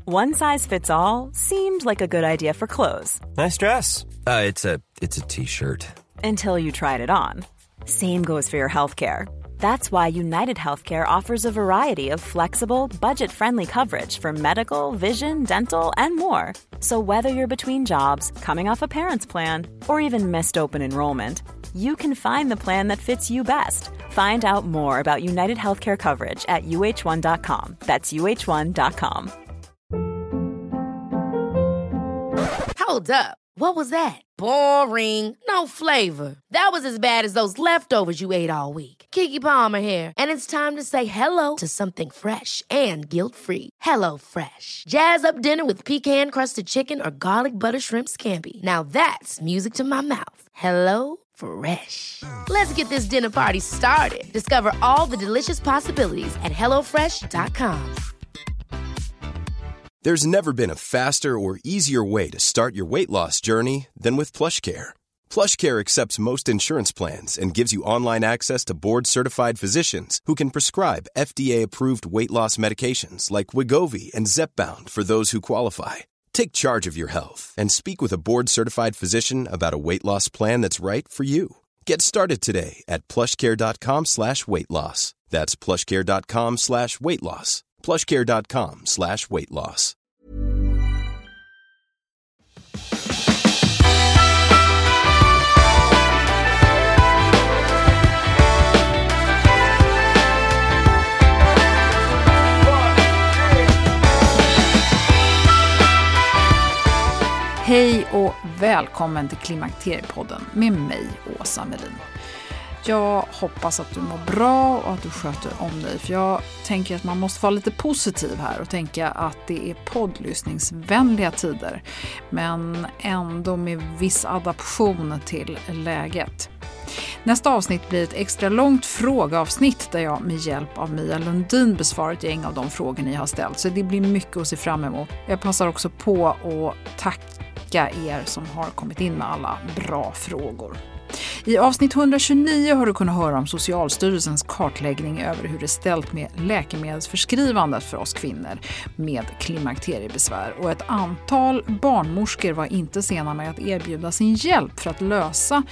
One size fits all seemed like a good idea for clothes. Nice dress. It's a t-shirt. Until you tried it on. Same goes for your healthcare. That's why United Healthcare offers a variety of flexible, budget-friendly coverage for medical, vision, dental, and more. So whether you're between jobs, coming off a parent's plan, or even missed open enrollment, you can find the plan that fits you best. Find out more about United Healthcare coverage at uh1.com. That's uh1.com. Hold up. What was that? Boring. No flavor. That was as bad as those leftovers you ate all week. Keke Palmer here. And it's time to say hello to something fresh and guilt-free. Hello Fresh. Jazz up dinner with pecan-crusted chicken or garlic butter shrimp scampi. Now that's music to my mouth. Hello Fresh. Let's get this dinner party started. Discover all the delicious possibilities at hellofresh.com. There's never been a faster or easier way to start your weight loss journey than with PlushCare. PlushCare accepts most insurance plans and gives you online access to board-certified physicians who can prescribe FDA-approved weight loss medications like Wegovy and Zepbound for those who qualify. Take charge of your health and speak with a board-certified physician about a weight loss plan that's right for you. Get started today at plushcare.com/weightloss. That's plushcare.com/weightloss. plushcare.com/weightloss. Hej och välkommen till Klimakteriepodden med mig, Åsa Melin. Jag hoppas att du mår bra och att du sköter om dig. För jag tänker att man måste vara lite positiv här och tänka att det är poddlyssningsvänliga tider. Men ändå med viss adaption till läget. Nästa avsnitt blir ett extra långt frågeavsnitt där jag med hjälp av Mia Lundin besvarar ett gäng av de frågor ni har ställt. Så det blir mycket att se fram emot. Jag passar också på att tacka er som har kommit in med alla bra frågor. I avsnitt 129 har du kunnat höra om Socialstyrelsens kartläggning över hur det är ställt med läkemedelsförskrivandet för oss kvinnor med klimakteriebesvär. Och ett antal barnmorskor var inte sena med att erbjuda sin hjälp för att lösa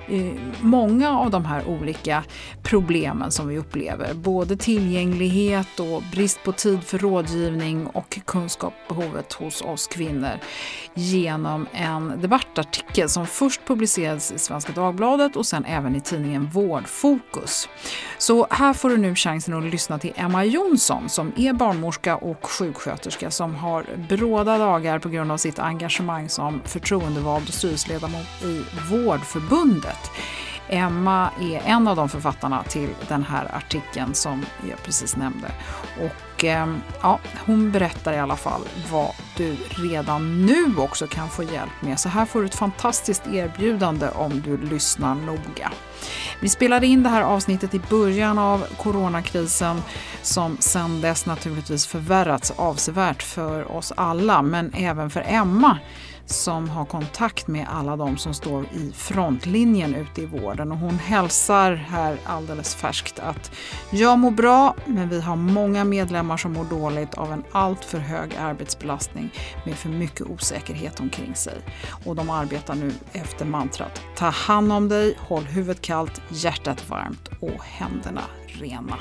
många av de här olika problemen som vi upplever. Både tillgänglighet och brist på tid för rådgivning och kunskapsbehovet hos oss kvinnor genom en debattartikel som först publicerades i Svenska Dagbladet och sen även i tidningen Vårdfokus. Så här får du nu chansen att lyssna till Emma Jonsson som är barnmorska och sjuksköterska som har bråda dagar på grund av sitt engagemang som förtroendevald och styrelseledamot i Vårdförbundet. Emma är en av de författarna till den här artikeln som jag precis nämnde. Och ja, hon berättar i alla fall vad du redan nu också kan få hjälp med. Så här får du ett fantastiskt erbjudande om du lyssnar noga. Vi spelade in det här avsnittet i början av coronakrisen som sedan dess naturligtvis förvärrats avsevärt för oss alla, men även för Emma som har kontakt med alla de som står i frontlinjen ute i vården. Och hon hälsar här alldeles färskt att jag mår bra, men vi har många medlemmar som mår dåligt av en allt för hög arbetsbelastning med för mycket osäkerhet omkring sig. Och de arbetar nu efter mantrat: ta hand om dig, håll huvudet kallt, hjärtat varmt och händerna rena.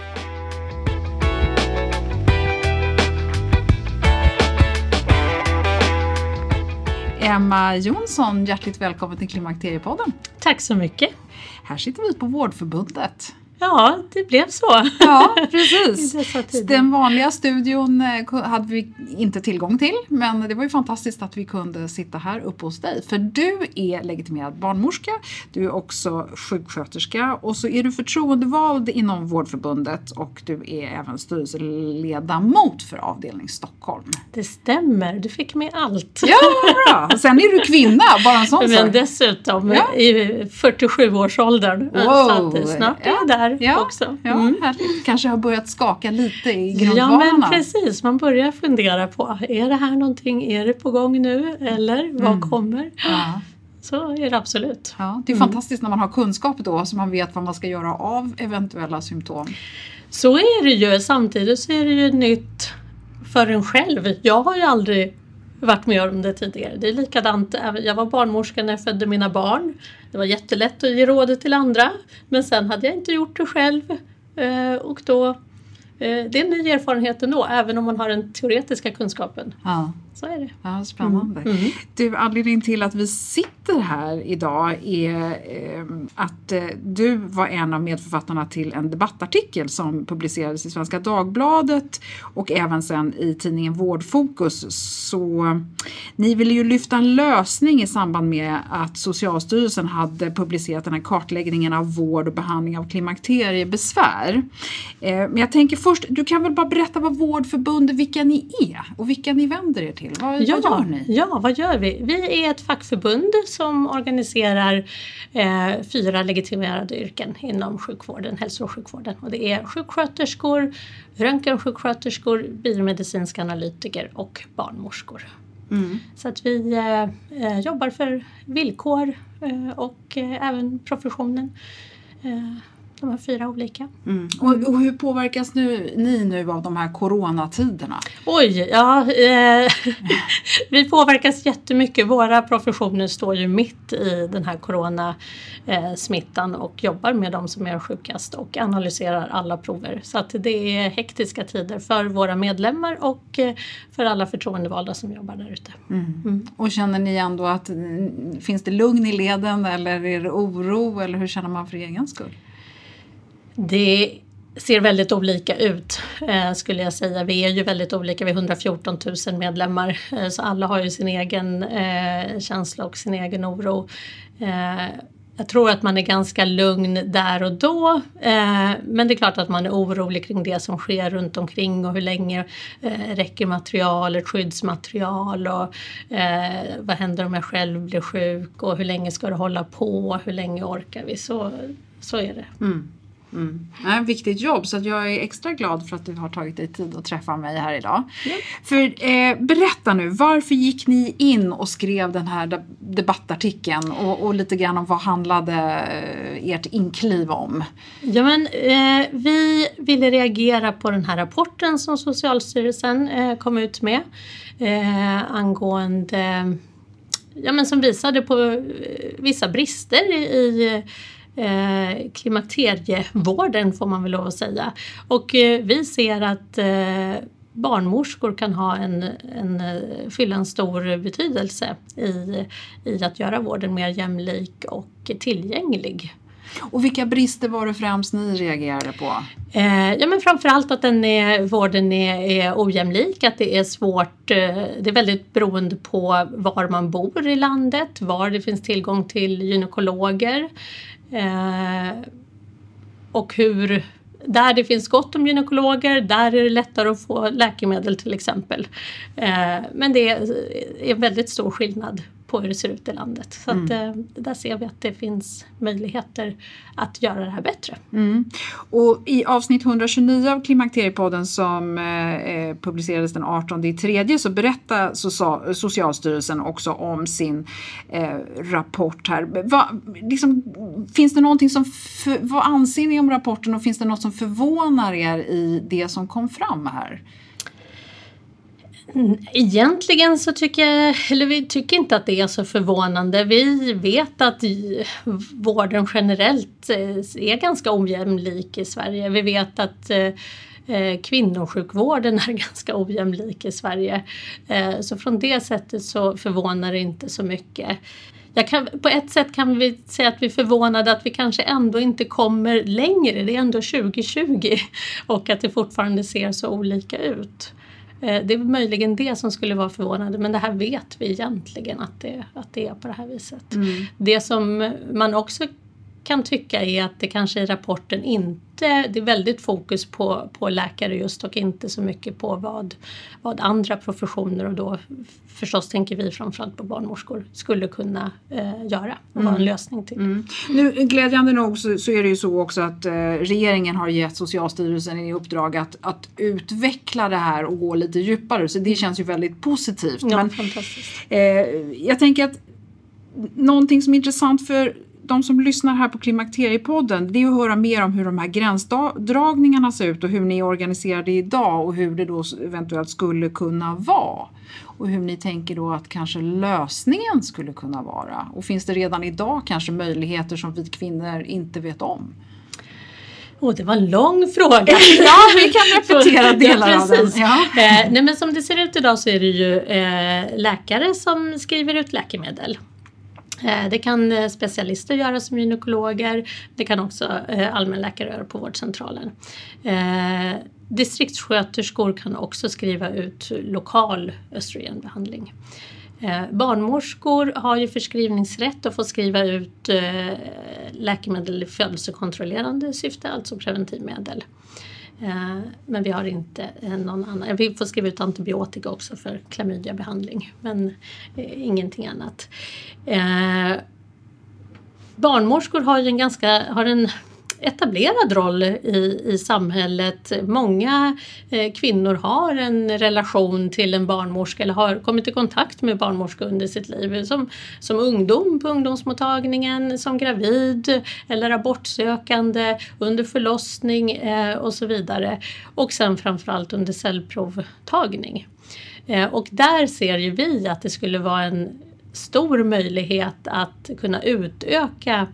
Emma Jonsson, hjärtligt välkommen till Klimakteriepodden. Tack så mycket. Här sitter vi på Vårdförbundet. Ja, det blev så. Ja, precis. Den vanliga studion hade vi inte tillgång till, men det var ju fantastiskt att vi kunde sitta här uppe hos dig. För du är legitimerad barnmorska, du är också sjuksköterska och så är du förtroendevald inom Vårdförbundet och du är även styrelseledamot för avdelning Stockholm. Det stämmer, du fick med allt. Ja, bra. Och sen är du kvinna, bara en sån sak. Men dessutom i 47-årsåldern. Wow. Så att snart är jag där också. Ja, härligt. Kanske har börjat skaka lite i grundvalarna. Ja, men precis. Man börjar fundera på, är det här någonting, är det på gång nu? Eller vad kommer? Ja. Så är det absolut. Ja, det är fantastiskt när man har kunskap då, så man vet vad man ska göra av eventuella symptom. Så är det ju. Samtidigt så är det ju nytt för en själv. Jag har ju aldrig varit med om det tidigare. Det är likadant. Jag var barnmorska när jag födde mina barn. Det var jättelätt att ge råd till andra. Men sen hade jag inte gjort det själv. Och då, det är en ny erfarenhet ändå. Även om man har den teoretiska kunskapen. Ja. Så är det. Ja, spännande. Du, anledningen till att vi sitter här idag är att du var en av medförfattarna till en debattartikel som publicerades i Svenska Dagbladet och även sen i tidningen Vårdfokus. Så ni ville ju lyfta en lösning i samband med att Socialstyrelsen hade publicerat den här kartläggningen av vård och behandling av klimakteriebesvär. Men jag tänker först, du kan väl bara berätta vad Vårdförbundet, vilka ni är och vilka ni vänder er till. Vad gör ni? Ja, vad gör vi? Vi är ett fackförbund som organiserar 4 legitimerade yrken inom sjukvården, hälso- och sjukvården. Och det är sjuksköterskor, röntgensjuksköterskor, biomedicinska analytiker och barnmorskor. Så att vi jobbar för villkor och även professionen. De här 4 olika. Och hur påverkas ni nu av de här coronatiderna? Oj, ja. Vi påverkas jättemycket. Våra professioner står ju mitt i den här coronasmittan och jobbar med de som är sjukast och analyserar alla prover. Så att det är hektiska tider för våra medlemmar och för alla förtroendevalda som jobbar där ute. Och känner ni ändå att finns det lugn i leden eller är det oro eller hur känner man för egen skull? Det ser väldigt olika ut skulle jag säga. Vi är ju väldigt olika, vi är 114 000 medlemmar. Så alla har ju sin egen känsla och sin egen oro. Jag tror att man är ganska lugn där och då. Men det är klart att man är orolig kring det som sker runt omkring. Och hur länge räcker materialet, skyddsmaterial. Och vad händer om jag själv blir sjuk. Och hur länge ska det hålla på. Hur länge orkar vi. Så är det. Det är ett viktigt jobb så att jag är extra glad för att du har tagit dig tid att träffa mig här idag. Ja. För berätta nu, varför gick ni in och skrev den här debattartikeln och lite grann om vad handlade ert inkliv om? Ja, men vi ville reagera på den här rapporten som Socialstyrelsen kom ut med angående, som visade på vissa brister i klimakterievården får man väl lov att säga. Och vi ser att barnmorskor kan fylla en stor betydelse i att göra vården mer jämlik och tillgänglig. Och vilka brister var det främst ni reagerade på? Men framförallt att vården är ojämlik, att det är svårt, det är väldigt beroende på var man bor i landet, var det finns tillgång till gynekologer. Och där det finns gott om gynekologer, där är det lättare att få läkemedel till exempel. Men det är väldigt stor skillnad på hur det ser ut i landet. Så att, där ser vi att det finns möjligheter att göra det här bättre. Och i avsnitt 129 av Klimakteriepodden som publicerades den 18/3 så berättar Socialstyrelsen också om sin rapport här. Finns det någonting vad anser ni om rapporten och finns det något som förvånar er i det som kom fram här? Egentligen så vi tycker inte att det är så förvånande. Vi vet att vården generellt är ganska ojämlik i Sverige. Vi vet att kvinnosjukvården är ganska ojämlik i Sverige. Så från det sättet så förvånar det inte så mycket. På ett sätt kan vi säga att vi är förvånade att vi kanske ändå inte kommer längre. Det är ändå 2020 och att det fortfarande ser så olika ut. Det är möjligen det som skulle vara förvånande, men det här vet vi egentligen att det är på det här viset. Det som man också kan tycka är att det kanske i rapporten det är väldigt fokus på läkare just och inte så mycket på vad andra professioner och då förstås tänker vi framförallt på barnmorskor skulle kunna göra och vara en lösning till. Nu glädjande nog så är det ju så också att regeringen har gett Socialstyrelsen i uppdrag att utveckla det här och gå lite djupare så det känns ju väldigt positivt. Ja, men fantastiskt. Jag tänker att någonting som är intressant för de som lyssnar här på Klimakteriepodden, det är att höra mer om hur de här gränsdragningarna ser ut och hur ni organiserar det idag och hur det då eventuellt skulle kunna vara. Och hur ni tänker då att kanske lösningen skulle kunna vara. Och finns det redan idag kanske möjligheter som vi kvinnor inte vet om? Det var en lång fråga. Ja, vi kan repetera delar av den. Ja. Nej, men som det ser ut idag så är det ju läkare som skriver ut läkemedel. Det kan specialister göra som gynekologer. Det kan också allmänläkare göra på vårdcentralen. Distriktssköterskor kan också skriva ut lokal östrogenbehandling. Barnmorskor har ju förskrivningsrätt och får skriva ut läkemedel i födelsekontrollerande syfte, alltså preventivmedel. Men vi har inte någon annan. Vi får skriva ut antibiotika också för klamydiabehandling, men ingenting annat. Barnmorskor har ju en etablerad roll i samhället. Många kvinnor har en relation till en barnmorska eller har kommit i kontakt med barnmorska under sitt liv. Som ungdom på ungdomsmottagningen, som gravid eller abortsökande, under förlossning och så vidare. Och sen framförallt under cellprovtagning. Och där ser ju vi att det skulle vara en stor möjlighet att kunna utöka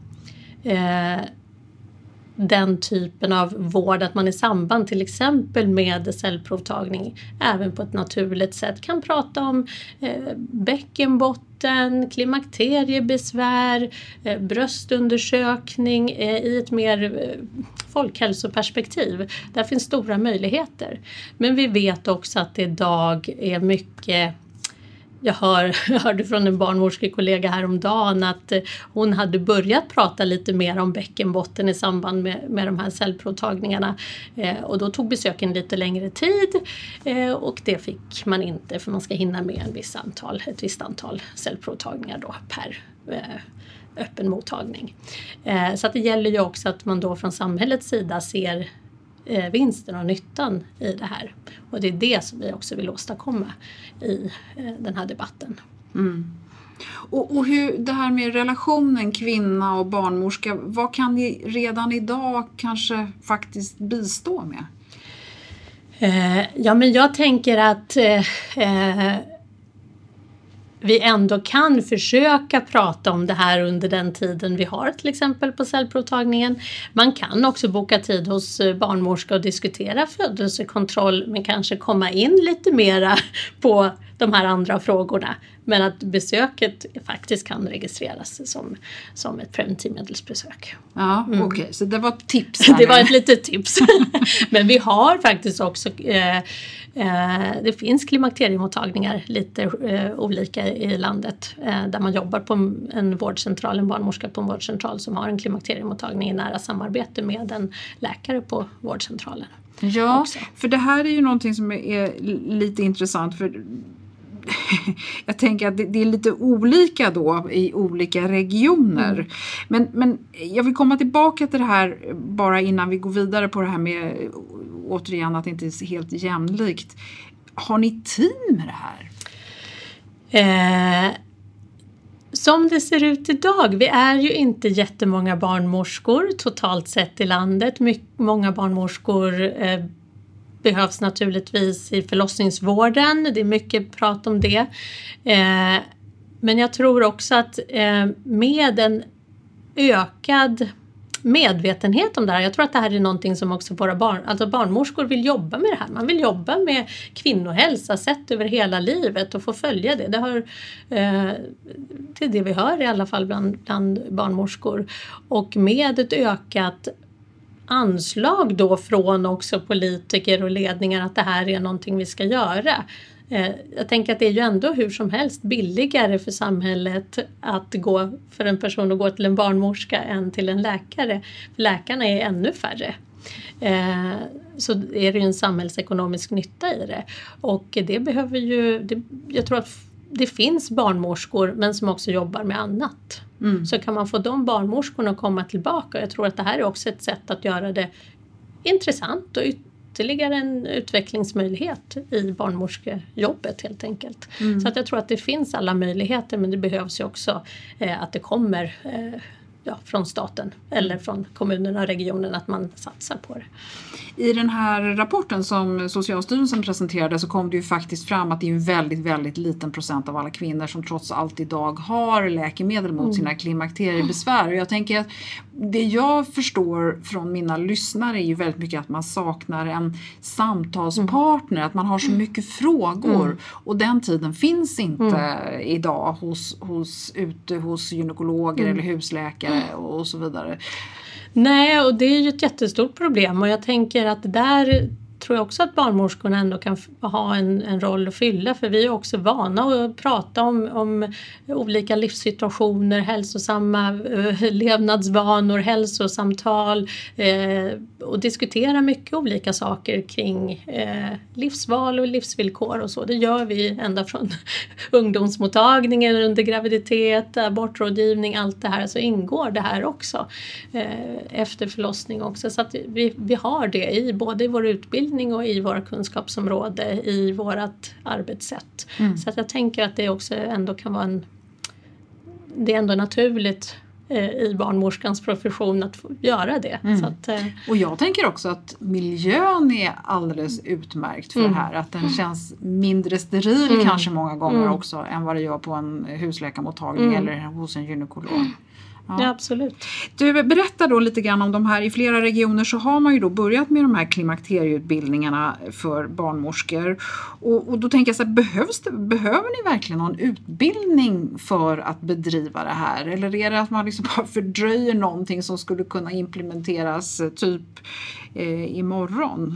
den typen av vård, att man i samband till exempel med cellprovtagning även på ett naturligt sätt kan prata om bäckenbotten, klimakteriebesvär, bröstundersökning i ett mer folkhälsoperspektiv. Där finns stora möjligheter. Men vi vet också att det idag är mycket. Jag hörde från en barnmorskekollega häromdagen att hon hade börjat prata lite mer om bäckenbotten i samband med de här cellprovtagningarna. Och då tog besöken lite längre tid och det fick man inte, för man ska hinna med ett visst antal cellprovtagningar då per öppen mottagning. Så att det gäller ju också att man då från samhällets sida ser vinsten och nyttan i det här. Och det är det som vi också vill åstadkomma i den här debatten. Mm. Och hur det här med relationen kvinna och barnmorska, vad kan ni redan idag kanske faktiskt bistå med? Ja, men jag tänker att vi ändå kan försöka prata om det här under den tiden vi har till exempel på cellprovtagningen. Man kan också boka tid hos barnmorska och diskutera födelsekontroll, men kanske komma in lite mera på de här andra frågorna. Men att besöket faktiskt kan registreras som ett preventivmedelsbesök. Ja, okej. Så det var ett tips. Det var ett litet tips. Men vi har faktiskt också. Det finns klimakteriemottagningar lite olika i landet där man jobbar på en vårdcentral, en barnmorska på en vårdcentral som har en klimakteriemottagning i nära samarbete med en läkare på vårdcentralen. Ja, också. För det här är ju någonting som är lite intressant, för jag tänker att det är lite olika då i olika regioner. Men jag vill komma tillbaka till det här bara innan vi går vidare på det här med återigen att det inte är helt jämlikt. Har ni team med det här? Som det ser ut idag, vi är ju inte jättemånga barnmorskor totalt sett i landet. Många barnmorskor behövs naturligtvis i förlossningsvården. Det är mycket prat om det. Men jag tror också att med en ökad medvetenhet om det här. Jag tror att det här är någonting som också våra barnmorskor vill jobba med det här. Man vill jobba med kvinnohälsa sett över hela livet och få följa det. Det är det vi hör i alla fall bland barnmorskor. Och med ett ökat anslag då från också politiker och ledningar att det här är någonting vi ska göra. Jag tänker att det är ju ändå hur som helst billigare för samhället att gå för en person att gå till en barnmorska än till en läkare. För läkarna är ännu färre. Så är det ju en samhällsekonomisk nytta i det. Och det behöver ju, jag tror att det finns barnmorskor men som också jobbar med annat. Så kan man få de barnmorskorna att komma tillbaka. Jag tror att det här är också ett sätt att göra det intressant och ytterligare en utvecklingsmöjlighet i barnmorskejobbet helt enkelt. Så att jag tror att det finns alla möjligheter, men det behövs ju också att det kommer från staten eller från kommunerna och regionen att man satsar på det. I den här rapporten som Socialstyrelsen presenterade så kom det ju faktiskt fram att det är en väldigt, väldigt liten procent av alla kvinnor som trots allt idag har läkemedel mot sina klimakteriebesvär. Och jag tänker att det jag förstår från mina lyssnare är ju väldigt mycket att man saknar en samtalspartner, att man har så mycket frågor och den tiden finns inte idag hos gynekologer eller husläkare och så vidare. Nej, och det är ju ett jättestort problem och jag tänker att där tror jag också att barnmorskorna ändå kan ha en roll att fylla, för vi är också vana att prata om olika livssituationer, hälsosamma levnadsvanor, hälsosamtal och diskutera mycket olika saker kring livsval och livsvillkor och så. Det gör vi ända från ungdomsmottagningen under graviditet, abortrådgivning, allt det här, så ingår det här också efter förlossning också, så att vi har det både i vår utbildning och i våra kunskapsområde, i vårat arbetssätt. Så att jag tänker att det också ändå kan vara det är ändå naturligt i barnmorskans profession att göra det. Så att, och jag tänker också att miljön är alldeles utmärkt för det här. Att den känns mindre steril kanske många gånger också än vad det gör på en husläkarmottagning eller hos en gynekolog. Ja, absolut. Du, berättar då lite grann om de här. I flera regioner så har man ju då börjat med de här klimakterieutbildningarna för barnmorskor. Och då tänker jag så här, behöver ni verkligen någon utbildning för att bedriva det här? Eller är det att man liksom bara fördröjer någonting som skulle kunna implementeras typ imorgon?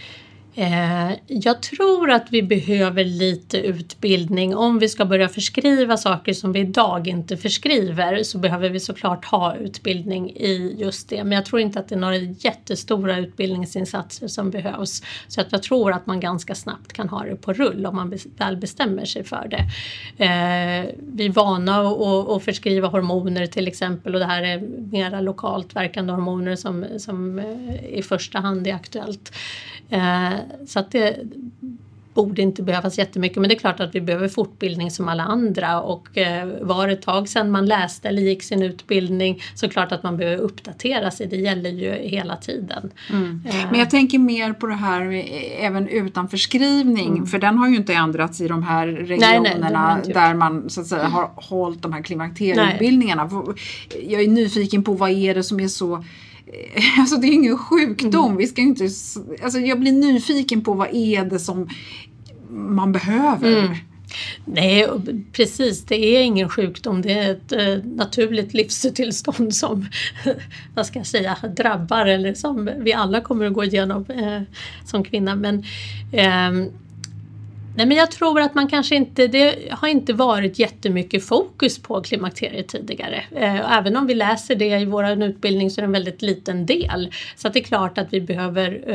Jag tror att vi behöver lite utbildning. Om vi ska börja förskriva saker som vi idag inte förskriver, så behöver vi såklart ha utbildning i just det. Men jag tror inte att det är några jättestora utbildningsinsatser som behövs. Så att jag tror att man ganska snabbt kan ha det på rull om man väl bestämmer sig för det. Vi är vana att förskriva hormoner till exempel, och det här är mera lokalt verkande hormoner som i första hand är aktuellt. Så att det borde inte behövas jättemycket, men det är klart att vi behöver fortbildning som alla andra, och var ett tag sedan man läste eller gick sin utbildning, så klart att man behöver uppdatera sig, det gäller ju hela tiden. Men jag tänker mer på det här även utan förskrivning, för den har ju inte ändrats i de här regionerna där man så att säga har hållit de här klimakterieutbildningarna. Jag är nyfiken på vad är det som är så. Alltså det är ingen sjukdom. Vi ska inte, alltså jag blir nyfiken på vad är det som man behöver. Nej, precis. Det är ingen sjukdom. Det är ett naturligt livstillstånd som, vad ska jag säga, drabbar, eller som vi alla kommer att gå igenom som kvinna. Men nej, men jag tror att man kanske inte, det har inte varit jättemycket fokus på klimakteriet tidigare. Även om vi läser det i vår utbildning så är det en väldigt liten del. Så att det är klart att vi behöver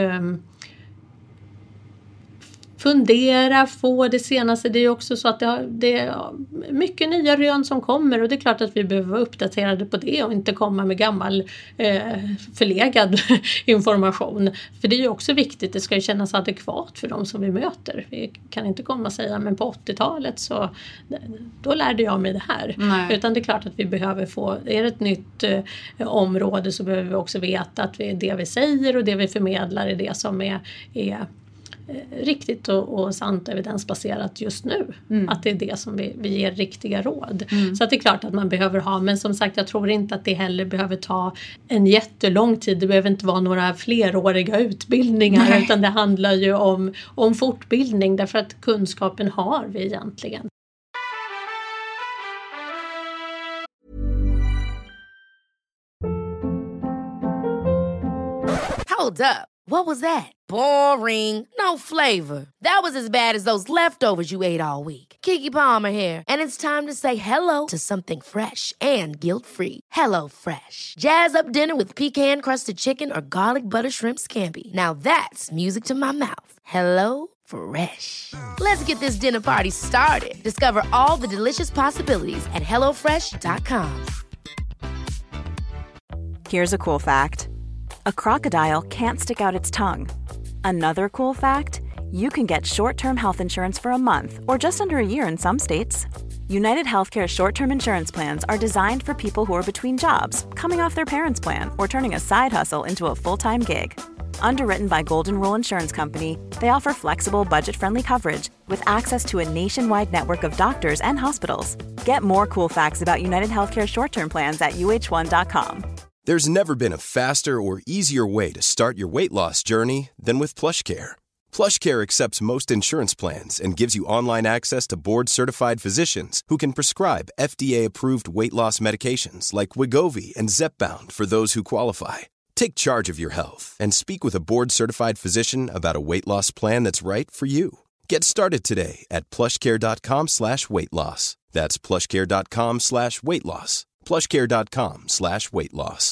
fundera, få det senaste. Det är också så att det är mycket nya rön som kommer, och det är klart att vi behöver vara uppdaterade på det och inte komma med gammal förlegad information. För det är ju också viktigt, det ska ju kännas adekvat för de som vi möter. Vi kan inte komma och säga, men på 80-talet så då lärde jag mig det här. Nej. Utan det är klart att vi behöver få, är det ett nytt område så behöver vi också veta att det vi säger och det vi förmedlar är det som är riktigt och sant evidensbaserat just nu. Att det är det som vi ger riktiga råd. Så att det är klart att man behöver ha, men som sagt jag tror inte att det heller behöver ta en jättelång tid. Det behöver inte vara några fleråriga utbildningar. Utan det handlar ju om fortbildning, därför att kunskapen har vi egentligen. Hold up. What was that? Boring. No flavor. That was as bad as those leftovers you ate all week. Keke Palmer here. And it's time to say hello to something fresh and guilt-free. Hello Fresh. Jazz up dinner with pecan-crusted chicken or garlic butter shrimp scampi. Now that's music to my mouth. Hello Fresh. Let's get this dinner party started. Discover all the delicious possibilities at hellofresh.com. Here's a cool fact. A crocodile can't stick out its tongue. Another cool fact, you can get short-term health insurance for a month or just under a year in some states. United Healthcare short-term insurance plans are designed for people who are between jobs, coming off their parents' plan, or turning a side hustle into a full-time gig. Underwritten by Golden Rule Insurance Company, they offer flexible, budget-friendly coverage with access to a nationwide network of doctors and hospitals. Get more cool facts about United Healthcare short-term plans at uh1.com. There's never been a faster or easier way to start your weight loss journey than with PlushCare. PlushCare accepts most insurance plans and gives you online access to board-certified physicians who can prescribe FDA-approved weight loss medications like Wegovy and Zepbound for those who qualify. Take charge of your health and speak with a board-certified physician about a weight loss plan that's right for you. Get started today at plushcare.com/weightloss. That's plushcare.com/weightloss. plushcare.com/weightloss.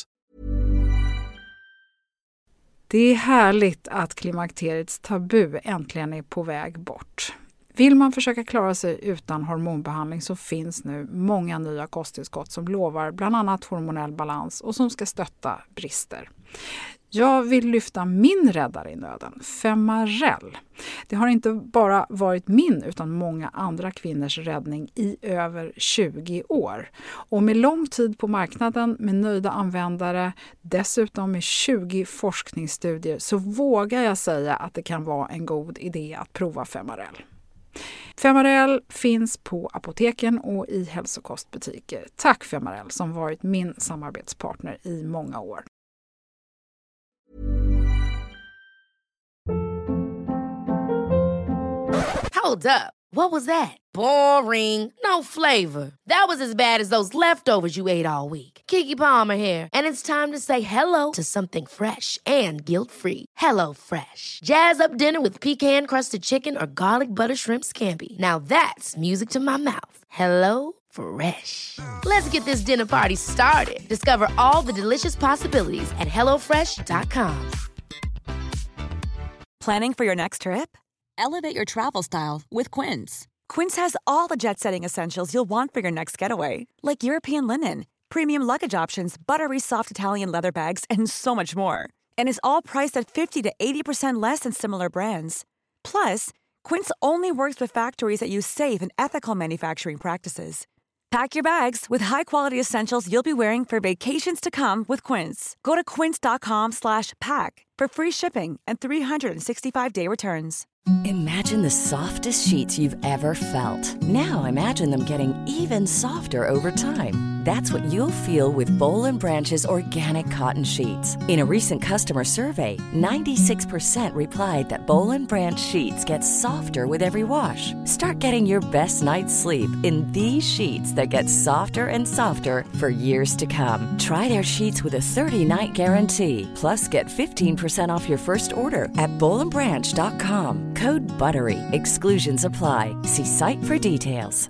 Det är härligt att klimakteriets tabu äntligen är på väg bort. Vill man försöka klara sig utan hormonbehandling så finns nu många nya kosttillskott som lovar bland annat hormonell balans och som ska stötta brister. Jag vill lyfta min räddare i nöden, Femarel. Det har inte bara varit min utan många andra kvinnors räddning i över 20 år. Och med lång tid på marknaden, med nöjda användare, dessutom med 20 forskningsstudier så vågar jag säga att det kan vara en god idé att prova Femarel. Femarel finns på apoteken och i hälsokostbutiker. Tack Femarel som varit min samarbetspartner i många år. Hold up. What was that? Boring. No flavor. That was as bad as those leftovers you ate all week. Keke Palmer here, and it's time to say hello to something fresh and guilt-free. Hello Fresh. Jazz up dinner with pecan-crusted chicken or garlic butter shrimp scampi. Now that's music to my mouth. Hello Fresh. Let's get this dinner party started. Discover all the delicious possibilities at hellofresh.com. Planning for your next trip? Elevate your travel style with Quince. Quince has all the jet-setting essentials you'll want for your next getaway, like European linen, premium luggage options, buttery soft Italian leather bags, and so much more. And is all priced at 50 to 80% less than similar brands. Plus, Quince only works with factories that use safe and ethical manufacturing practices. Pack your bags with high-quality essentials you'll be wearing for vacations to come with Quince. Go to quince.com/pack for free shipping and 365-day returns. Imagine the softest sheets you've ever felt. Now imagine them getting even softer over time. That's what you'll feel with Boll & Branch's organic cotton sheets. In a recent customer survey, 96% replied that Boll & Branch sheets get softer with every wash. Start getting your best night's sleep in these sheets that get softer and softer for years to come. Try their sheets with a 30-night guarantee. Plus, get 15% off your first order at bollandbranch.com. Code BUTTERY. Exclusions apply. See site for details.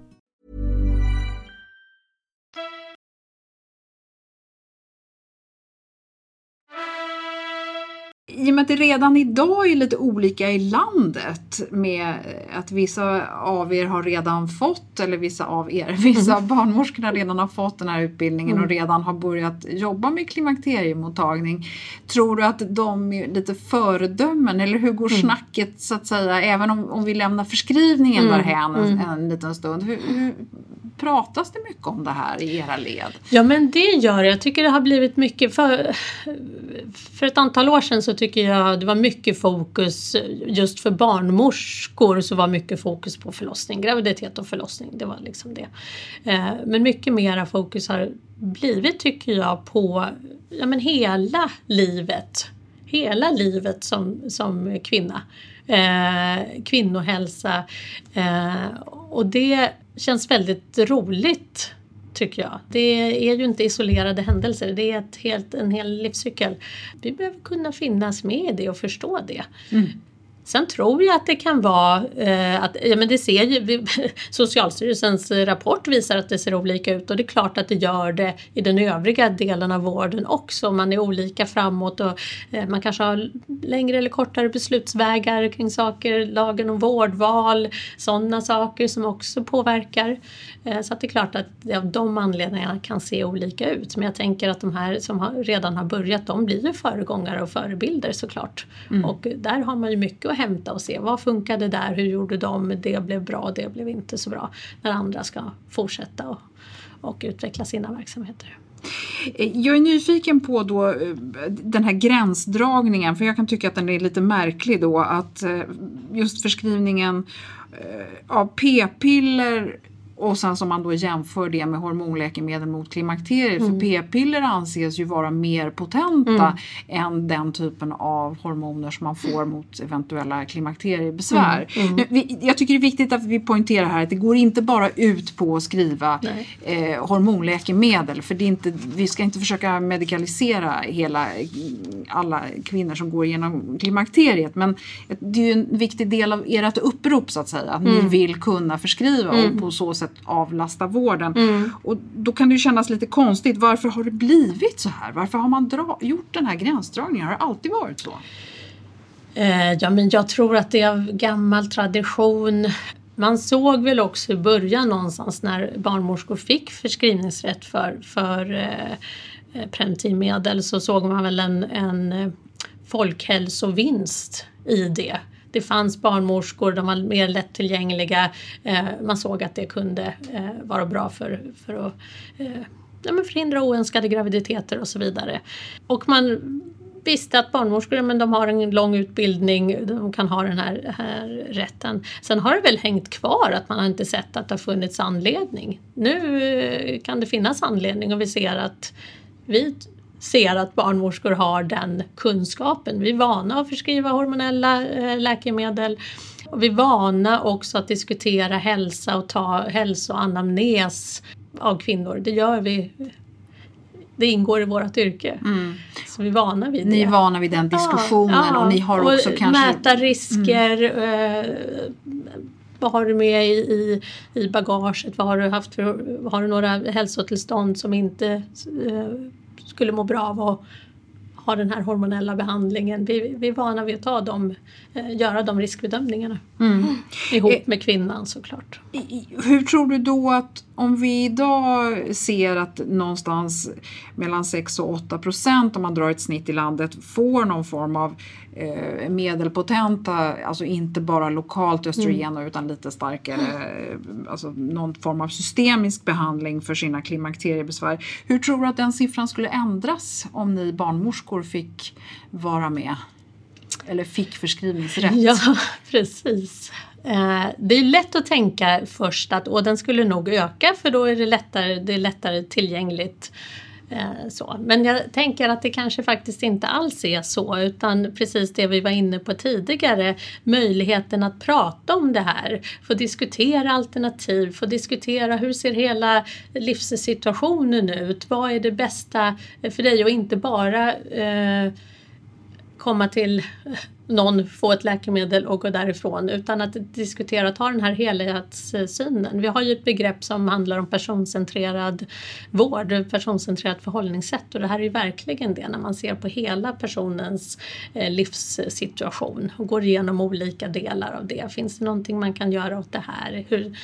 I och med att det redan idag är lite olika i landet med att vissa av er har redan fått, eller vissa barnmorskorna redan har fått den här utbildningen och redan har börjat jobba med klimakteriemottagning. Tror du att de är lite föredömen, eller hur går snacket så att säga, även om vi lämnar förskrivningen därhän en liten stund? Hur pratas det mycket om det här i era led? Ja, men det gör jag. Jag tycker det har blivit mycket för ett antal år sedan så tycker jag det var mycket fokus just för barnmorskor, så var mycket fokus på förlossning, graviditet och förlossning, det var liksom det. Men mycket mera fokus har blivit, tycker jag, på hela livet som kvinna. Kvinnohälsa, och det känns väldigt roligt, tycker jag. Det är ju inte isolerade händelser, det är en hel livscykel. Vi behöver kunna finnas med i det och förstå det. Sen tror jag att det kan vara det ser ju, Socialstyrelsens rapport visar att det ser olika ut, och det är klart att det gör det i den övriga delen av vården också. Man är olika framåt och man kanske har längre eller kortare beslutsvägar kring saker, lagen om vårdval, sådana saker som också påverkar. Så att det är klart att de anledningarna kan se olika ut, men jag tänker att de här som redan har börjat, de blir ju föregångare och förebilder såklart. Och där har man ju mycket att hämta och se vad funkade där, hur gjorde de, det blev bra, det blev inte så bra. När andra ska fortsätta och utveckla sina verksamheter. Jag är nyfiken på då den här gränsdragningen, för jag kan tycka att den är lite märklig då, att just förskrivningen av p-piller och sen som man då jämför det med hormonläkemedel mot klimakteriet. För p-piller anses ju vara mer potenta än den typen av hormoner som man får mot eventuella klimakteriebesvär. Jag tycker det är viktigt att vi poängterar här att det går inte bara ut på att skriva hormonläkemedel. För det är inte, vi ska inte försöka medikalisera alla kvinnor som går igenom klimakteriet. Men det är ju en viktig del av ert upprop så att säga. Att ni vill kunna förskriva och på så sätt avlasta vården. Och då kan det ju kännas lite konstigt. Varför har det blivit så här? Varför har man gjort den här gränsdragningen? Har det alltid varit så? Ja, men jag tror att det är av gammal tradition. Man såg väl också i början någonstans när barnmorskor fick förskrivningsrätt för preventivmedel, så såg man väl en folkhälsovinst i det. Det fanns barnmorskor, de var mer lättillgängliga. Man såg att det kunde vara bra för att förhindra oönskade graviditeter och så vidare. Och man visste att barnmorskor, men de har en lång utbildning, de kan ha den här rätten. Sen har det väl hängt kvar att man har inte sett att det har funnits anledning. Nu kan det finnas anledning och vi ser att barnmorskor har den kunskapen. Vi är vana att förskriva hormonella läkemedel. Och vi är vana också att diskutera hälsa och ta hälsoanamnes av kvinnor. Det gör vi. Det ingår i vårt yrke. Så vi är vana vid det. Ni är vana vid den diskussionen och ni har också kanske... Mäta risker. Vad har du med i bagaget? Vad har du haft har du några hälsotillstånd som inte skulle må bra av att ha den här hormonella behandlingen? Vi är vana vid att göra de riskbedömningarna. Ihop med kvinnan såklart. Hur tror du då att om vi idag ser att någonstans mellan 6-8%, om man drar ett snitt i landet, får någon form av medelpotenta, alltså inte bara lokalt östrogen utan lite starkare, alltså någon form av systemisk behandling för sina klimakteriebesvär. Hur tror du att den siffran skulle ändras om ni barnmorskor fick vara med? Eller fick förskrivningsrätt? Ja, precis. Det är lätt att tänka först att den skulle nog öka, för då är det lättare tillgängligt. Så. Men jag tänker att det kanske faktiskt inte alls är så, utan precis det vi var inne på tidigare, möjligheten att prata om det här, få diskutera alternativ, få diskutera hur ser hela livssituationen ut, vad är det bästa för dig, och inte bara komma till någon, få ett läkemedel och gå därifrån, utan att diskutera, ta den här helhetssynen. Vi har ju ett begrepp som handlar om personcentrerad vård, personcentrerat förhållningssätt, och det här är ju verkligen det när man ser på hela personens livssituation och går igenom olika delar av det. Finns det någonting man kan göra åt det här?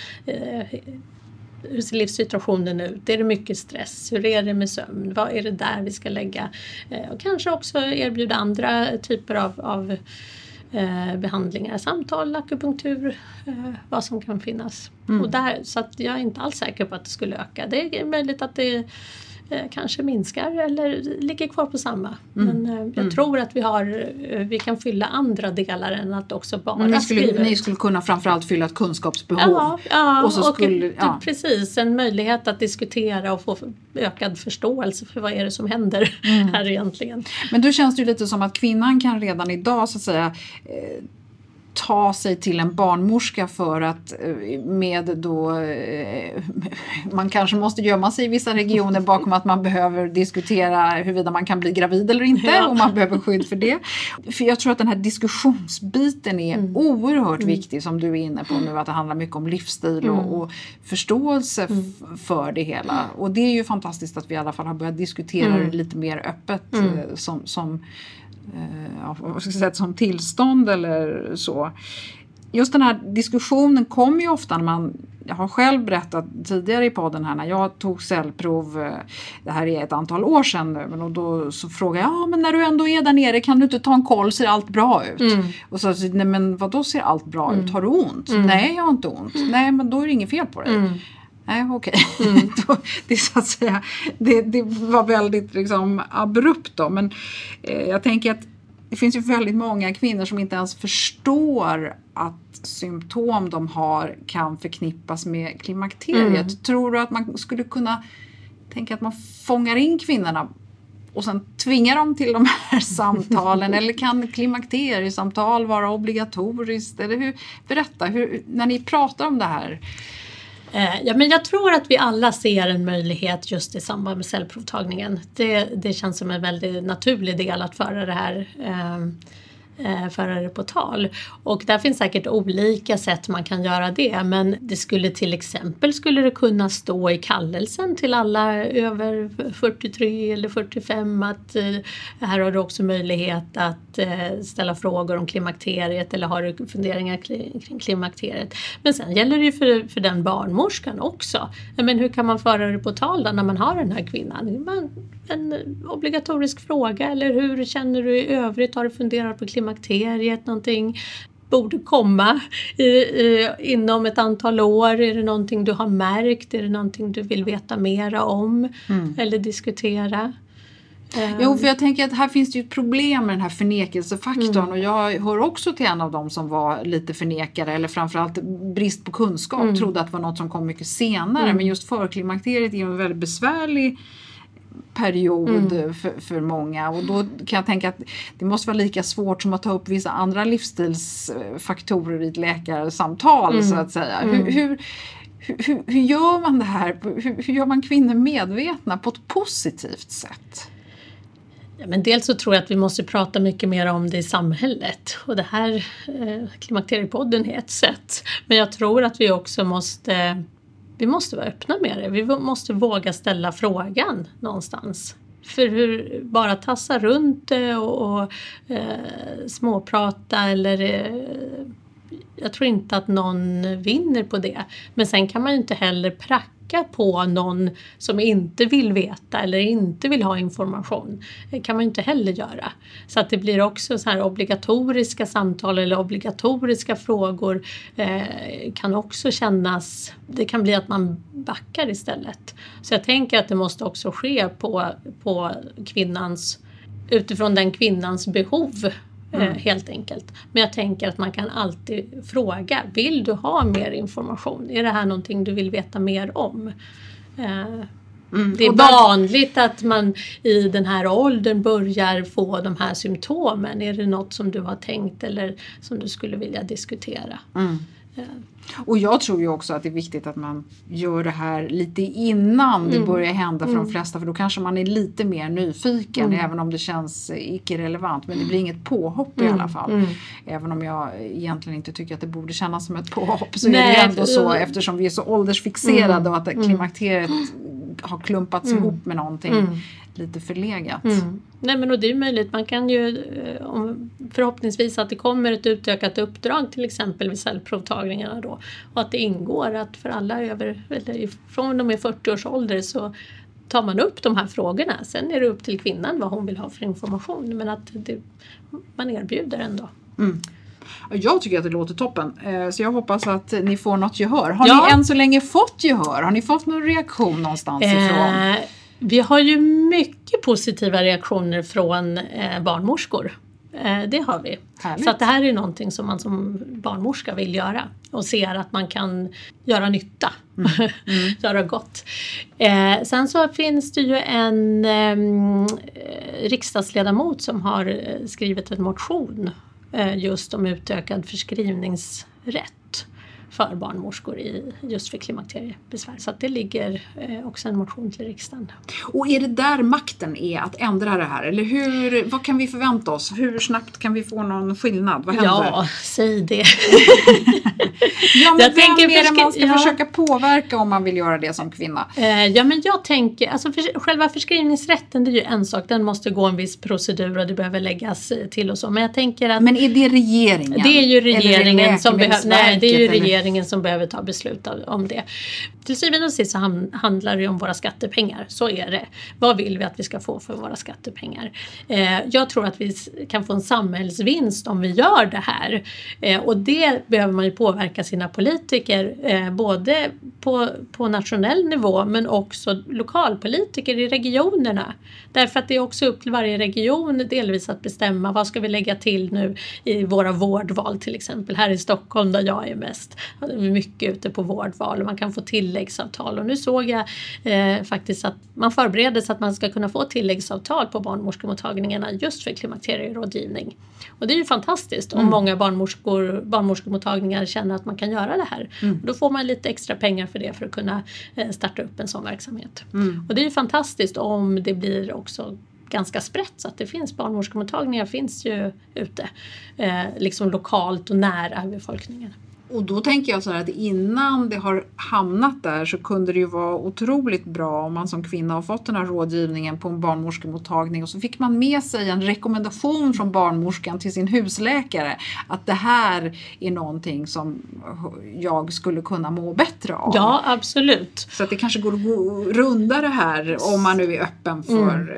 Hur ser livssituationen ut? Är det mycket stress? Hur är det med sömn? Vad är det där vi ska lägga? Och kanske också erbjuda andra typer av behandlingar. Samtal, akupunktur, vad som kan finnas. Och där, så att jag är inte alls säker på att det skulle öka. Det är möjligt att det kanske minskar eller ligger kvar på samma. Men jag tror att vi kan fylla andra delar än att också bara skriva. Ni skulle kunna framförallt fylla ett kunskapsbehov. Precis, en möjlighet att diskutera och få ökad förståelse för vad är det som händer här egentligen. Men då känns det ju lite som att kvinnan kan redan idag så att säga ta sig till en barnmorska för att man kanske måste gömma sig i vissa regioner bakom att man behöver diskutera huruvida man kan bli gravid eller inte och man behöver skydd för det. För jag tror att den här diskussionsbiten är oerhört viktig, som du är inne på nu, att det handlar mycket om livsstil och förståelse för det hela. Och det är ju fantastiskt att vi i alla fall har börjat diskutera det lite mer öppet som tillstånd eller så. Just den här diskussionen kommer ju ofta när man Jag har själv berättat tidigare i podden här när jag tog cellprov, det här är ett antal år sedan nu, och då så frågade jag, men när du ändå är där nere kan du inte ta en koll, ser allt bra ut? Och så nej men vadå ser allt bra ut? Har du ont? Nej, jag har inte ont. Nej, men då är det inget fel på dig. Nej, okej. Det så att säga, det var väldigt liksom abrupt då, men jag tänker att det finns ju väldigt många kvinnor som inte ens förstår att symptom de har kan förknippas med klimakteriet. Tror du att man skulle kunna tänka att man fångar in kvinnorna och sen tvingar dem till de här samtalen? Eller kan klimakteriesamtal vara obligatoriskt? Eller berätta, när ni pratar om det här. Ja, men jag tror att vi alla ser en möjlighet just i samband med cellprovtagningen. Det känns som en väldigt naturlig del att föra det här föra det på tal. Och där finns säkert olika sätt man kan göra det. Men det skulle till exempel kunna stå i kallelsen till alla över 43 eller 45 att här har du också möjlighet att ställa frågor om klimakteriet eller har du funderingar kring klimakteriet. Men sen gäller det ju för den barnmorskan också. Men hur kan man föra det på tal då när man har den här kvinnan? En obligatorisk fråga, eller hur känner du i övrigt? Har du funderat på klimakteriet? Någonting borde komma inom ett antal år? Är det någonting du har märkt? Är det någonting du vill veta mera om eller diskutera? Jo, för jag tänker att här finns det ju ett problem med den här förnekelsefaktorn och jag hör också till en av dem som var lite förnekare eller framförallt brist på kunskap, trodde att det var något som kom mycket senare, men just förklimakteriet är en väldigt besvärlig period för många, och då kan jag tänka att det måste vara lika svårt som att ta upp vissa andra livsstilsfaktorer i ett läkarsamtal så att säga. Hur gör man det här? Hur gör man kvinnor medvetna på ett positivt sätt? Ja, men dels så tror jag att vi måste prata mycket mer om det i samhället. Och det här klimakteriepodden är ett sätt. Men jag tror att vi också måste vara öppna med det. Vi måste våga ställa frågan någonstans. För hur bara tassa runt det och småprata eller... Jag tror inte att någon vinner på det. Men sen kan man ju inte heller pracka på någon som inte vill veta eller inte vill ha information. Det kan man ju inte heller göra. Så att det blir också så här obligatoriska samtal eller obligatoriska frågor kan också kännas... Det kan bli att man backar istället. Så jag tänker att det måste också ske på kvinnans... Utifrån den kvinnans behov. Helt enkelt. Men jag tänker att man kan alltid fråga, vill du ha mer information? Är det här någonting du vill veta mer om? Det är vanligt att man i den här åldern börjar få de här symptomen. Är det något som du har tänkt eller som du skulle vilja diskutera? Och jag tror ju också att det är viktigt att man gör det här lite innan det börjar hända för de flesta. För då kanske man är lite mer nyfiken även om det känns icke-relevant. Men det blir inget påhopp i alla fall. Även om jag egentligen inte tycker att det borde kännas som ett påhopp. Så är det ändå så eftersom vi är så åldersfixerade och att klimakteriet har klumpats ihop med någonting lite förlegat. Nej, men och det är möjligt. Man kan ju förhoppningsvis att det kommer ett utökat uppdrag till exempel vid cellprovtagningarna då. Och att det ingår att för alla från och med 40 års ålder så tar man upp de här frågorna. Sen är det upp till kvinnan vad hon vill ha för information. Men att man erbjuder ändå. Jag tycker att det låter toppen. Så jag hoppas att ni får något gehör. Har ni än så länge fått gehör? Har ni fått någon reaktion någonstans ifrån? Vi har ju mycket positiva reaktioner från barnmorskor. Det har vi. Härligt. Så att det här är någonting som man som barnmorska vill göra. Och ser att man kan göra nytta. Göra gott. Sen så finns det ju en riksdagsledamot som har skrivit en motion just om utökad förskrivningsrätt för barnmorskor just för klimakteriebesvär. Så att det ligger också en motion till riksdagen. Och är det där makten är att ändra det här? Eller vad kan vi förvänta oss? Hur snabbt kan vi få någon skillnad? Vad händer? Ja, säg det. Men vem är det man ska försöka påverka om man vill göra det som kvinna? Men jag tänker, alltså själva förskrivningsrätten, det är ju en sak. Den måste gå en viss procedur och det behöver läggas till och så. Men jag tänker att... Men är det regeringen? Det är ju regeringen som behöver... Nej, det är ju regeringen regeringen som behöver ta beslut om det. Till syvende och sist så handlar det om våra skattepengar. Så är det. Vad vill vi att vi ska få för våra skattepengar? Jag tror att vi kan få en samhällsvinst om vi gör det här. Och det behöver man ju påverka sina politiker. Både på nationell nivå men också lokalpolitiker i regionerna. Därför att det är också upp till varje region delvis att bestämma vad ska vi lägga till nu i våra vårdval till exempel. Här i Stockholm där jag är mest. Mycket ute på vårdval och man kan få tilläggsavtal. Och nu såg jag faktiskt att man förbereder sig att man ska kunna få tilläggsavtal på barnmorskemottagningarna just för klimakterierådgivning. Och det är ju fantastiskt om många barnmorskemottagningar känner att man kan göra det här. Då får man lite extra pengar för det för att kunna starta upp en sån verksamhet. Och det är ju fantastiskt om det blir också ganska sprätt så att det finns barnmorskemottagningar finns ju ute liksom lokalt och nära befolkningen. Och då tänker jag så här att innan det har hamnat där så kunde det ju vara otroligt bra om man som kvinna har fått den här rådgivningen på en barnmorskemottagning och så fick man med sig en rekommendation från barnmorskan till sin husläkare att det här är någonting som jag skulle kunna må bättre av. Ja, absolut. Så att det kanske går att gå runda det här om man nu är öppen för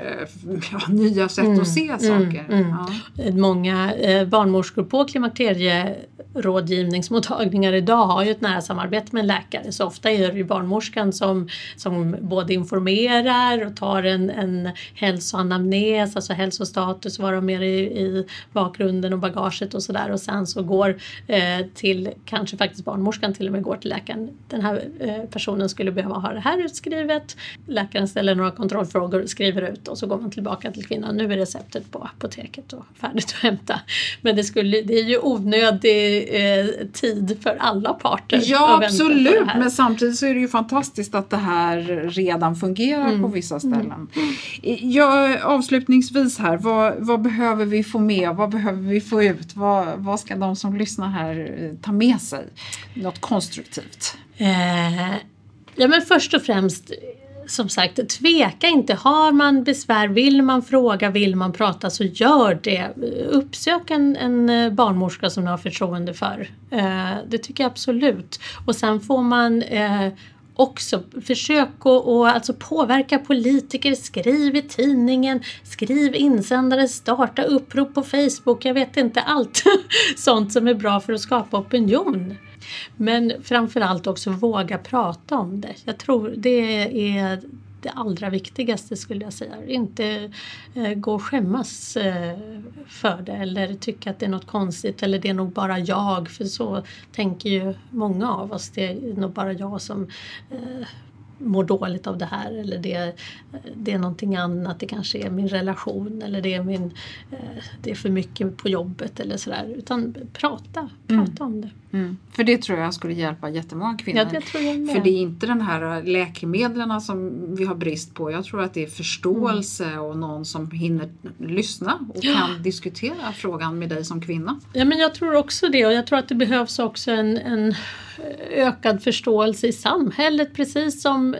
nya sätt att se saker. Ja. Många barnmorskor på klimakterierådgivningsmottagningar idag har ju ett nära samarbete med en läkare. Så ofta är det ju barnmorskan som både informerar och tar en hälsoanamnes, alltså hälsostatus, vara mer i bakgrunden och bagaget och sådär. Och sen så går till, kanske faktiskt barnmorskan till och med går till läkaren. Den här personen skulle behöva ha det här utskrivet. Läkaren ställer några kontrollfrågor och skriver ut och så går man tillbaka till kvinnan. Nu är receptet på apoteket och färdigt att hämta. Men det är ju onödig tid för alla parter. Ja, absolut. Men samtidigt så är det ju fantastiskt att det här redan fungerar på vissa ställen. Ja, avslutningsvis här, vad behöver vi få med? Vad behöver vi få ut? Vad ska de som lyssnar här ta med sig? Något konstruktivt? Ja, men först och främst som sagt, tveka inte. Har man besvär, vill man fråga, vill man prata så gör det. Uppsök en barnmorska som du har förtroende för. Det tycker jag absolut. Och sen får man också försök att alltså påverka politiker. Skriv i tidningen, skriv insändare, starta upprop på Facebook. Jag vet inte, allt sånt som är bra för att skapa opinion. Men framförallt också våga prata om det. Jag tror det är det allra viktigaste, skulle jag säga. Inte gå och skämmas för det eller tycka att det är något konstigt eller det är nog bara jag. För så tänker ju många av oss. Det är nog bara jag som mår dåligt av det här eller det är någonting annat, det kanske är min relation eller det är för mycket på jobbet eller sådär, utan prata om det. För det tror jag skulle hjälpa jättemånga kvinnor. Ja, det tror jag med. För det är inte den här läkemedlen som vi har brist på. Jag tror att det är förståelse och någon som hinner lyssna och kan diskutera frågan med dig som kvinna. Ja, men jag tror också det, och jag tror att det behövs också en ökad förståelse i samhället, precis som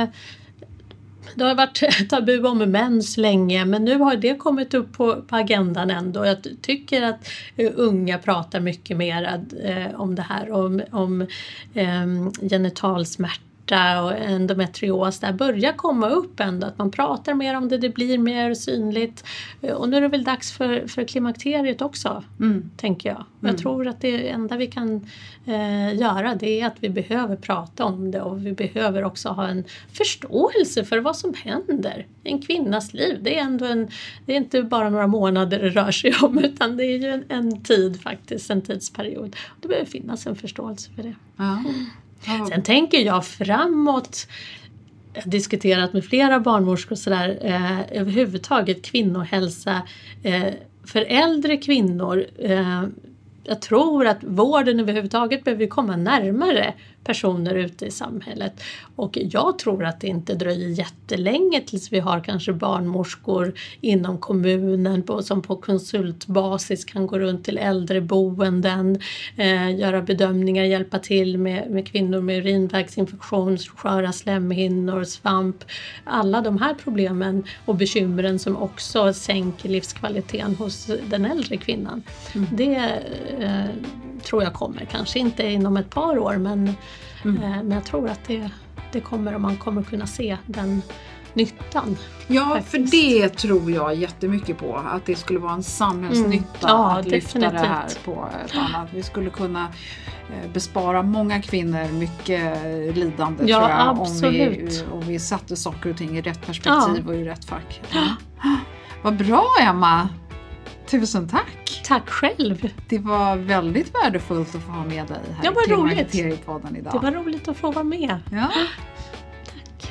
det har varit tabu om mens länge, men nu har det kommit upp på agendan ändå. Jag tycker att unga pratar mycket mer om det här, om genitalsmärta och endometrios, där börjar komma upp ändå, att man pratar mer om det blir mer synligt, och nu är det väl dags för klimakteriet också, tänker jag. Jag tror att det enda vi kan göra, det är att vi behöver prata om det, och vi behöver också ha en förståelse för vad som händer i en kvinnas liv. Det är ändå det är inte bara några månader det rör sig om, utan det är ju en tid faktiskt, en tidsperiod. Det behöver finnas en förståelse för det. Ja. Sen tänker jag framåt, jag har diskuterat med flera barnmorskor sådär, överhuvudtaget kvinnohälsa för äldre kvinnor. Jag tror att vården överhuvudtaget behöver komma närmare personer ute i samhället. Och jag tror att det inte dröjer jättelänge tills vi har kanske barnmorskor inom kommunen som på konsultbasis kan gå runt till äldreboenden, göra bedömningar, hjälpa till med kvinnor med urinvägsinfektion, sköra slemhinnor, svamp. Alla de här problemen och bekymren som också sänker livskvaliteten hos den äldre kvinnan. Det tror jag kommer. Kanske inte inom ett par år, men jag tror att det kommer, och man kommer kunna se den nyttan. Ja, faktiskt. För det tror jag jättemycket på. Att det skulle vara en samhällsnytta att lyfta det här på ett annat. Vi skulle kunna bespara många kvinnor mycket lidande, tror jag. Absolut. Om vi satte saker och ting i rätt perspektiv och i rätt fack. Ja. Vad bra, Emma! Tusen tack! Tack själv! Det var väldigt värdefullt att få ha med dig här i Klimakteriepodden idag. Det var roligt att få vara med. Ja. Tack!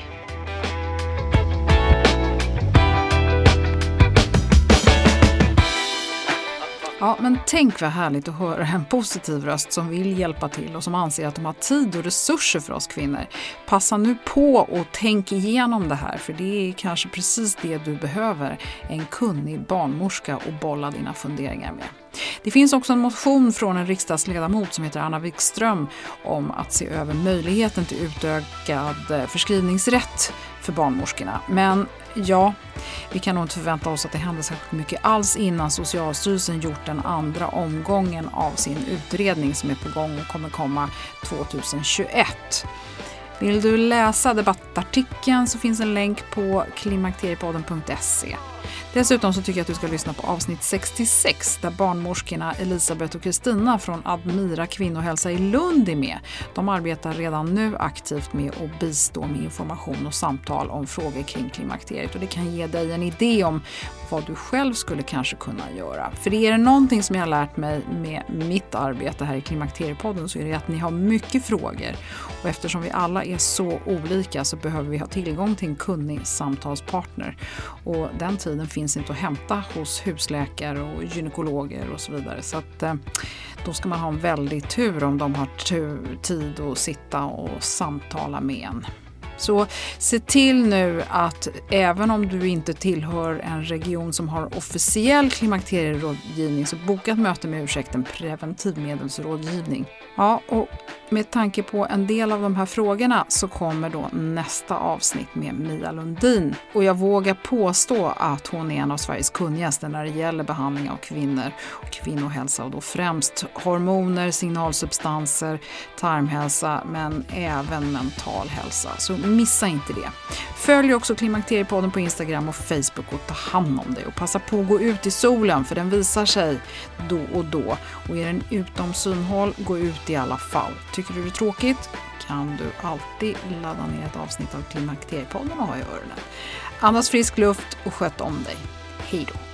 Ja, men tänk vad härligt att höra en positiv röst som vill hjälpa till och som anser att de har tid och resurser för oss kvinnor. Passa nu på och tänk igenom det här, för det är kanske precis det du behöver. En kunnig barnmorska och bolla dina funderingar med. Det finns också en motion från en riksdagsledamot som heter Anna Wikström om att se över möjligheten till utökad förskrivningsrätt för barnmorskorna. Men ja, vi kan nog inte förvänta oss att det händer särskilt mycket alls innan Socialstyrelsen gjort den andra omgången av sin utredning som är på gång och kommer komma 2021. Vill du läsa debattartikeln så finns en länk på klimakteriepodden.se. Dessutom så tycker jag att du ska lyssna på avsnitt 66 där barnmorskorna Elisabeth och Kristina från Admira kvinnohälsa i Lund är med. De arbetar redan nu aktivt med att bistå med information och samtal om frågor kring klimakteriet, och det kan ge dig en idé om vad du själv skulle kanske kunna göra. För det är någonting som jag har lärt mig med mitt arbete här i Klimakteriepodden, så är det att ni har mycket frågor, och eftersom vi alla är så olika så behöver vi ha tillgång till en kunnig samtalspartner, och den tiden finns inte att hämta hos husläkare och gynekologer och så vidare. Så att då ska man ha en väldig tur om de har tid att sitta och samtala med en. Så se till nu att även om du inte tillhör en region som har officiell klimakterierådgivning, så boka ett möte med ursäkten preventivmedelsrådgivning. Ja, och med tanke på en del av de här frågorna så kommer då nästa avsnitt med Mia Lundin. Och jag vågar påstå att hon är en av Sveriges kunnigaste när det gäller behandling av kvinnor och kvinnohälsa, och då främst hormoner, signalsubstanser, tarmhälsa men även mental hälsa. Så missa inte det. Följ också Klimakteriepodden på Instagram och Facebook och ta hand om dig. Och passa på att gå ut i solen, för den visar sig då och då. Och är den utom synhåll, gå ut i alla fall. Tycker du det är tråkigt kan du alltid ladda ner ett avsnitt av Klimakteriepodden och ha i öronen. Andas frisk luft och sköt om dig. Hej då!